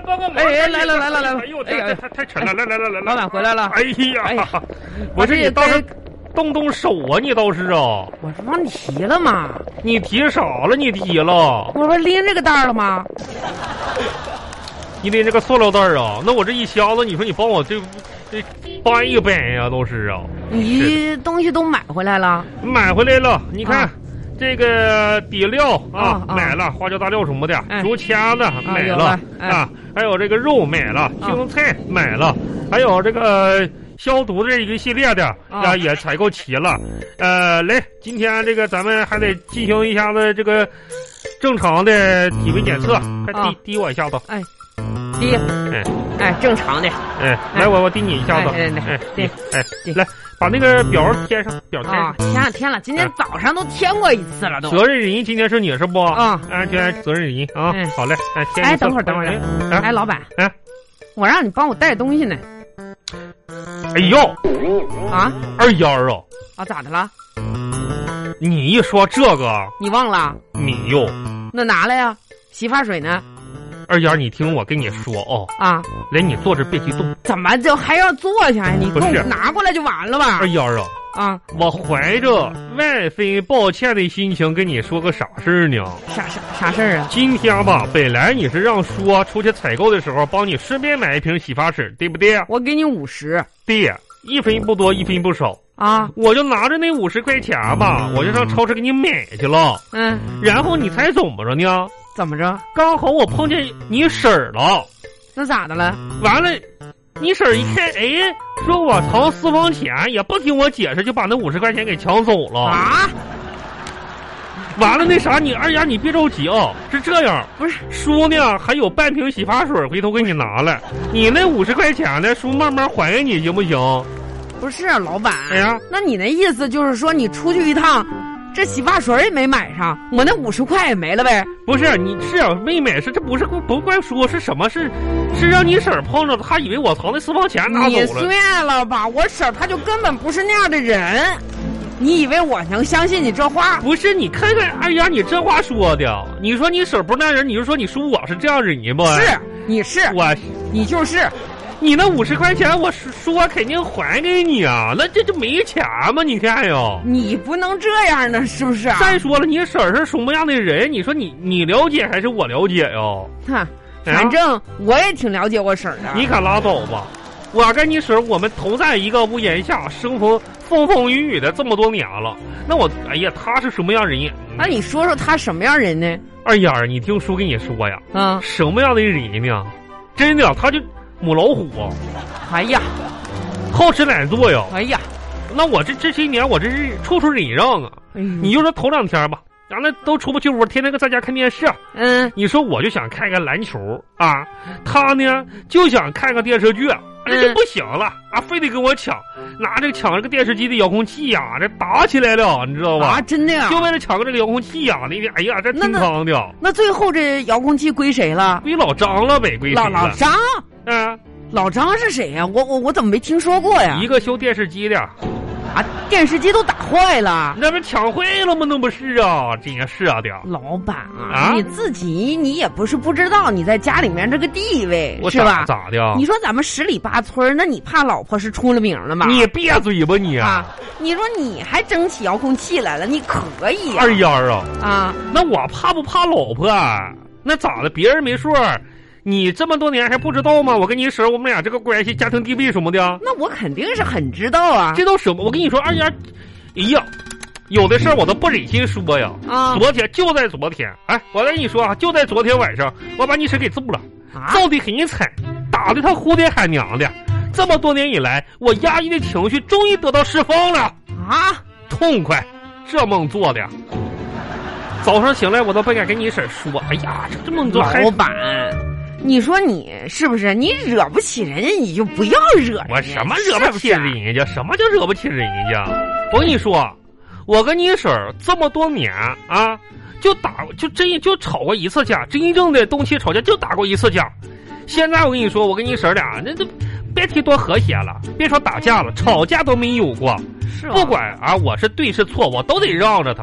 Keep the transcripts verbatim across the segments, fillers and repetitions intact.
帮个忙！ 哎，来了来了来了！ 哎呦，太太太沉了！来来来来来， 老板回来了！ 哎呀，不是你倒是动动手啊！你倒是啊！ 我是帮你提了吗？ 你提啥了？你提了？ 我不是拎这个袋了吗？ 你拎这个塑料袋啊？那我这一箱子，你说你帮我这这搬一搬呀，都是啊！ 你东西都买回来了？ 买回来了，你看。啊这个底料啊， 啊买了花椒大料什么的， 哎、 竹签子买了啊, 哎、 啊，还有这个肉买了，青菜买了，还有这个消毒的这一个系列的啊也采购齐了。呃，来，今天这个咱们还得进行一下子这个正常的体温检测，快滴滴我一下子。 哎，滴，哎哎，正常的。 哎，来我我滴你一下子。 哎哎滴，哎来。把那个表填上，表填上。 啊，填了填了，今天早上都填过一次了都。 责任人今天是你是不？ 啊， 安全责任人啊， 嗯、 好嘞，哎，填哎，等会儿等会儿，哎，哎老板， 哎， 我让你帮我带东西呢。 哎呦， 啊， 二丫啊， 啊，咋的了？ 你一说这个， 你忘了？ 你哟， 那拿来呀，洗发水呢？ 二丫，你听我跟你说哦， 啊， 来，你坐着别激动。 怎么就还要坐下呀？你给我拿过来就完了吧？ 二丫啊， 啊， 我怀着万分抱歉的心情跟你说个啥事儿呢？ 啥啥啥事儿啊？ 今天吧，本来你是让说出去采购的时候帮你顺便买一瓶洗发水，对不对？ 我给你五十。 对，一分不多，一分不少。 啊， 我就拿着那五十块钱吧，我就上超市给你买去了。 嗯， 然后你猜怎么着呢？ 怎么着？ 刚好我碰见你婶儿了。 那咋的了？ 完了，你婶儿一看，哎，说我藏私房钱，也不听我解释，就把那五十块钱给抢走了。 啊！ 完了，那啥，你二丫你别着急啊，是这样， 不是叔呢还有半瓶洗发水，回头给你拿来。你那五十块钱呢，叔慢慢还给你，行不行？ 不是啊，老板。 哎呀， 那你那意思就是说，你出去一趟，这洗发水也没买上，我那五十块也没了呗？ 不是，你是啊，没买是，这不是不怪说是什么，是是让你婶儿碰着，他以为我藏的私房钱拿走了。 你算了吧，我婶儿她就根本不是那样的人，你以为我能相信你这话？ 不是，你看看二丫，你这话说的，你说你婶儿不是那样人，你就说你说我是这样人不？ 是，你是我， 你就是。 你那五十块钱，我说肯定还给你啊，那这就没钱吗？你看哟， 你不能这样呢，是不是啊？ 再说了，你婶儿是什么样的人？你说你你了解还是我了解哟？ 哈，反正我也挺了解我婶儿的。 你可拉倒吧！我跟你婶儿，我们同在一个屋檐下，生活风风雨雨的这么多年了。那我，哎呀，他是什么样人呀？ 那你说说他什么样人呢？ 二丫，你听叔跟你说呀， 啊， 什么样的人呢？真的，他就。母老虎啊！ 哎呀， 好吃懒做呀！ 哎呀， 那我这这些年我这是处处忍让啊！ 哎、 你就说头两天吧，咱们都出不去屋，天天搁在家看电视。 嗯， 你说我就想看个篮球啊，他呢就想看个电视剧，这就不行了啊，非得跟我抢，拿这个抢这个电视机的遥控器呀、啊，这打起来了，你知道吧？ 啊，真的呀！ 就为了抢个这个遥控器呀、啊，那天哎呀，这挺坑的。 那最后这遥控器归谁了？ 归老张了呗，归谁了？ 老老张。 嗯， 老张是谁呀、啊？我我我怎么没听说过呀？ 一个修电视机的， 啊，电视机都打坏了， 那不抢坏了吗？那不是啊，真是啊的。 老板啊， 啊你自己你也不是不知道你在家里面这个地位，是吧？ 咋的？ 你说咱们十里八村，那你怕老婆是出了名了吗？ 你闭嘴吧你啊！你说你还争起遥控器来了，你可以、啊、 二丫啊啊！ 那我怕不怕老婆啊？那咋的？别人没说。你这么多年还不知道吗？我跟你婶我们俩这个关系、家庭地位什么的， 那我肯定是很知道啊。 知道什么？我跟你说，二丫，哎呀，有的事儿我都不忍心说呀。 啊， 昨天就在昨天，哎，我跟你说啊，就在昨天晚上，我把你婶给揍了， 啊、 揍得很惨，打得她哭爹喊娘的。这么多年以来，我压抑的情绪终于得到释放了啊， 痛快，这梦做的。早上醒来，我都不敢跟你婶说，哎呀，这这梦做老板。你说你是不是？你惹不起人家，你就不要惹人家。 我什么惹不起人家？什么叫惹不起人家？我跟你说，我跟你婶儿这么多年啊，就打就真就吵过一次架，真正的动气吵架就打过一次架。现在我跟你说，我跟你婶儿俩那都别提多和谐了，别说打架了，吵架都没有过。 是、啊， 不管啊，我是对是错，我都得让着他。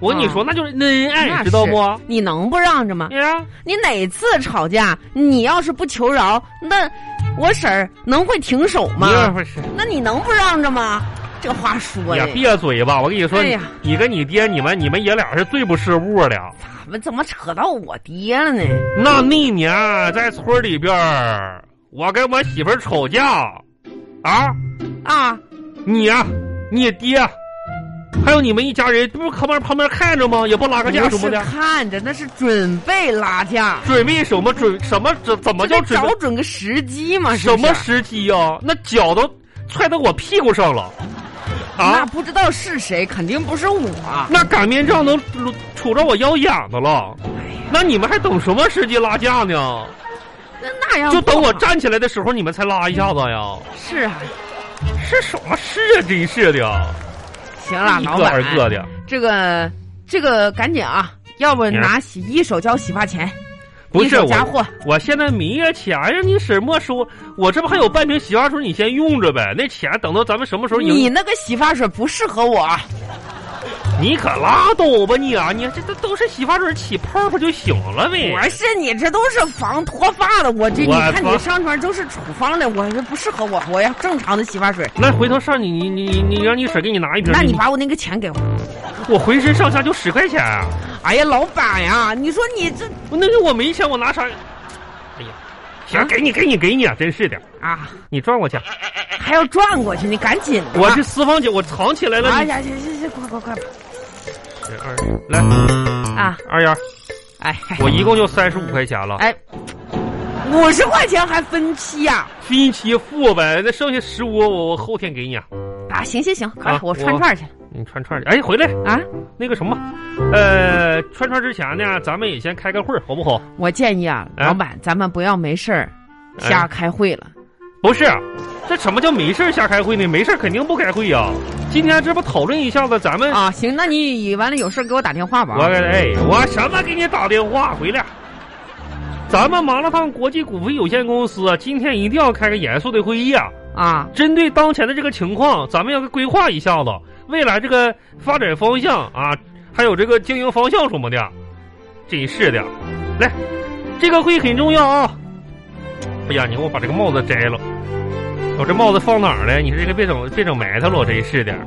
我跟你说，那就是恩爱， 那知道不？ 你能不让着吗？ 呀， 你哪次吵架，你要是不求饶，那我婶儿能会停手吗？ 不是， 那你能不让着吗？这话说呀， 的， 闭嘴吧！我跟你说， 哎呀你跟你爹，你们你们爷俩是最不是物的。 咱们怎么扯到我爹了呢？ 那那年在村里边儿，我跟我媳妇儿吵架，啊啊， 你呀、你爹，还有你们一家人，不是旁边旁边看着吗？也不拉个架什么的不。是看着，那是准备拉架。 准备什么准什么怎怎么叫准备找准个时机嘛？是什不是么时机呀、那脚都踹到我屁股上了， 那啊！ 不知道是谁，肯定不是我。 那擀面杖都杵着我腰眼子了，那你们还等什么时机拉架呢？ 那那样就等我不好站起来的时候，你们才拉一下子呀？ 是啊， 是什么事啊？真是的， 行了， 一个老板， 二个的。 这个这个赶紧啊，要不拿洗一手交洗发钱， 不是一手家我， 货。 我现在没呀钱呀，你什么说？我这不还有半瓶洗发水，你先用着呗。那钱等到咱们什么时候赢？ 你那个洗发水不适合我， 你可拉倒吧你啊！你这这都是洗发水起泡泡就行了呗。 我是你这都是防脱发的，我这我你看防你上面都是处方的，我这不适合我，我要正常的洗发水。 那回头上你你你你你让你婶给你拿一瓶。 那你把我那个钱给我。 我浑身上下就十块钱。 哎呀，老板呀，你说你这那个我没钱，我拿啥？哎呀，行，给你给你给你啊！真是的， 啊你转过去。 还要转过去，你赶紧的吧。 我是私房钱，我藏起来了。你哎呀，行行行，快快快！ 二来啊， 二丫， 哎， 我一共就三十五块钱了。 哎，五十块钱还分期呀、 分期付呗，那剩下十五我我后天给你啊。 啊？行行行，快， 啊我串串去。 你串串去，哎，回来啊！ 那个什么，呃，串串之前呢，咱们也先开个会儿，好不好？ 我建议啊， 哎老板，咱们不要没事儿瞎开会了。 不是，这什么叫没事儿瞎开会呢？没事儿肯定不开会呀、今天这不讨论一下子，咱们啊，行，那你完了有事给我打电话吧。 我哎，我什么给你打电话回来？咱们麻辣烫国际股份有限公司今天一定要开个严肃的会议啊！ 啊， 针对当前的这个情况，咱们要规划一下子未来这个发展方向啊，还有这个经营方向什么的。真是的，来，这个会很重要啊！哎呀，你给我把这个帽子摘了，我这帽子放哪儿了？你这个别整别整埋汰了，真是的。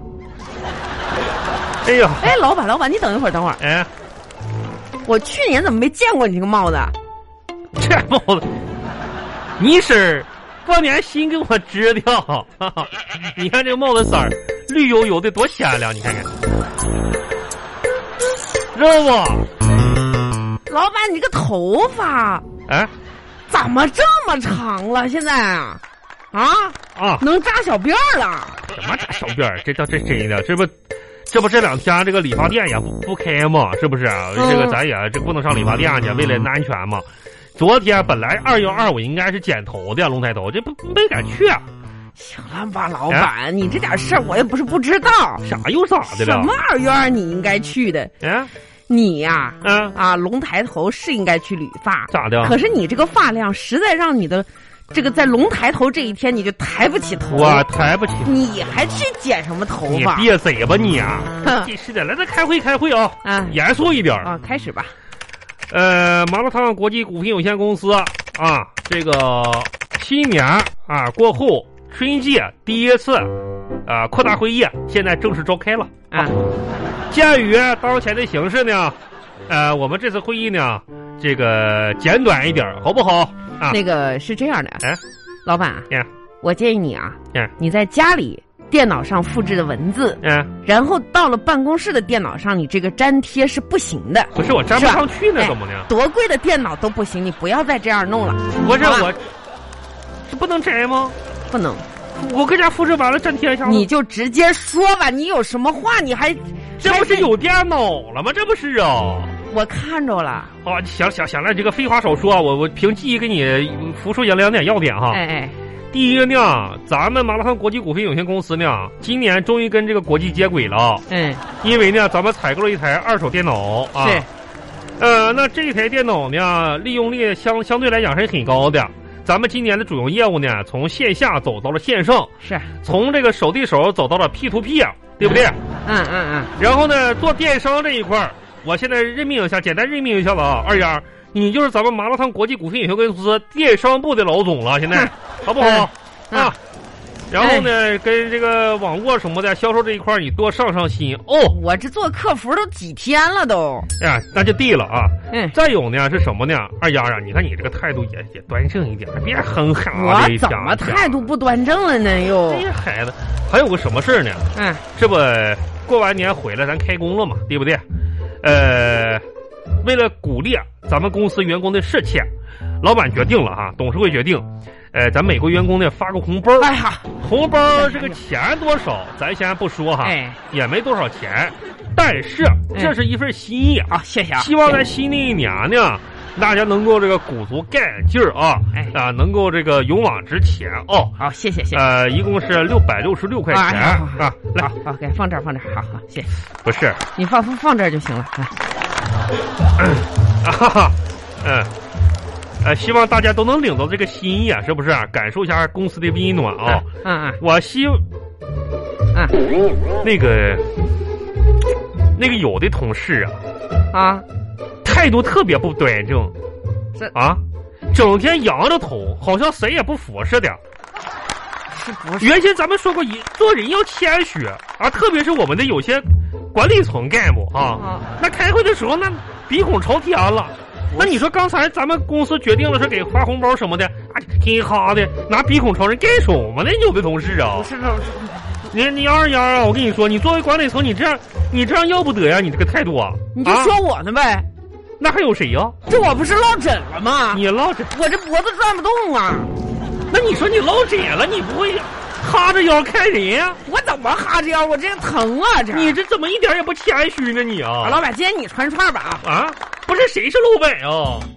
哎呀， 哎，老板，老板，你等一会儿，等会儿， 哎， 我去年怎么没见过你这个帽子？ 这帽子，你婶儿过年新给我织的，哈哈，你看这帽子色儿绿油油的，多鲜亮！你看看，知道不？ 老板，你这个头发哎怎么这么长了？现在啊，啊， 啊， 能扎小辫儿了？ 什么扎小辫儿？这倒是真的，这不。这不这两天这个理发店也不不开嘛，是不是？ 嗯、 这个咱也这不能上理发店去，为了安全嘛。昨天本来二幺二我应该是剪头的龙抬头，这不没敢去。 行了吧，老板，哎、你这点事儿我也不是不知道。 啥又咋的了？ 什么二月二你应该去的？ 哎， 你呀、啊， 嗯啊，龙抬头是应该去理发， 咋的？ 可是你这个发量实在让你的。这个在龙抬头这一天，你就抬不起头， 我抬不起， 你还去剪什么头发？ 你闭嘴吧你啊！真是的，来，咱开会开会啊！ 啊， 严肃一点啊，开始吧。 呃，麻辣烫国际股份有限公司啊，这个新年啊过后春季第一次啊扩大会议现在正式召开了啊。鉴于当前的形势呢，呃，我们这次会议呢，这个简短一点，好不好？啊， 那个是这样的， 哎， 老板， 嗯， 我建议你啊， 嗯， 你在家里电脑上复制的文字， 嗯， 然后到了办公室的电脑上，你这个粘贴是不行的。 不是我粘不上去呢，怎么呢？ 多贵的电脑都不行，你不要再这样弄了。 不是我，这不能摘吗？ 不能。 我搁家复制完了粘贴上， 你就直接说吧，你有什么话你还？ 这不是有电脑了吗？这不是啊。 我看着了。 哦，行行行了，这个废话少说，我我凭记忆给你复述两点要点哈。 哎哎， 第一个呢，咱们麻辣烫国际股份有限公司呢，今年终于跟这个国际接轨了。 嗯， 因为呢，咱们采购了一台二手电脑啊。 是。 呃，那这台电脑呢，利用率相相对来讲是很高的。咱们今年的主营业务呢，从线下走到了线上， 是从这个手对手走到了 P to P， 对不对？ 嗯嗯嗯嗯。 然后呢，做电商这一块儿，我现在任命一下，简单任命一下子啊，二丫，你就是咱们麻辣烫国际股份有限公司电商部的老总了，现在、嗯、好不好、嗯、啊？然后呢、哎，跟这个网络什么的销售这一块你多上上心哦。 我这做客服都几天了都。 呀，那就对了啊。 嗯。 再有呢是什么呢？二丫啊，你看你这个态度也也端正一点，别哼哈的。 我怎么态度不端正了呢？又。 这孩子，还有个什么事呢？ 嗯。 这不过完年回来咱开工了嘛，对不对？呃，为了鼓励咱们公司员工的士气，老板决定了哈，董事会决定。呃，咱每个员工呢发个红包， 哎呀， 红包这个钱多少咱先不说哈， 哎， 也没多少钱，但是这是一份心意啊， 啊，谢谢啊， 希望在新的一年呢，大家能够这个鼓足干劲儿啊， 哎啊，能够这个勇往直前哦。 好，谢谢谢谢。 呃，一共是六百六十六块钱啊， 啊，来， 好，给放这儿放这儿，好好，谢谢。 不是， 你放放放这儿就行了啊。 啊哈哈，嗯。呃，希望大家都能领到这个心意啊，是不是、啊？感受一下公司的温暖啊！ 嗯嗯， 我希， 嗯， 那个，那个有的同事啊， 啊， 态度特别不端正， 这啊，整天扬着头，好像谁也不服似的。 是不是？ 原先咱们说过，做人要谦虚啊，特别是我们的有些管理层干部啊， 啊那开会的时候那鼻孔朝天了。那你说刚才咱们公司决定了是给发红包什么的，啊，嘿哈的拿鼻孔朝人干什么呢？有的同事啊， 不是， 你你二丫啊，我跟你说，你作为管理层，你这样你这样要不得呀，你这个态度啊， 你就说我呢呗。 啊、那还有谁呀、啊？ 这我不是落枕了吗？ 你落枕， 我这脖子转不动啊。 那你说你落枕了，你不会哈着腰看人呀、啊？ 我怎么哈着腰？我这个疼啊！这你这怎么一点也不谦虚呢？你啊， 老板，今天你穿串吧啊！ 啊，不是谁是老板啊？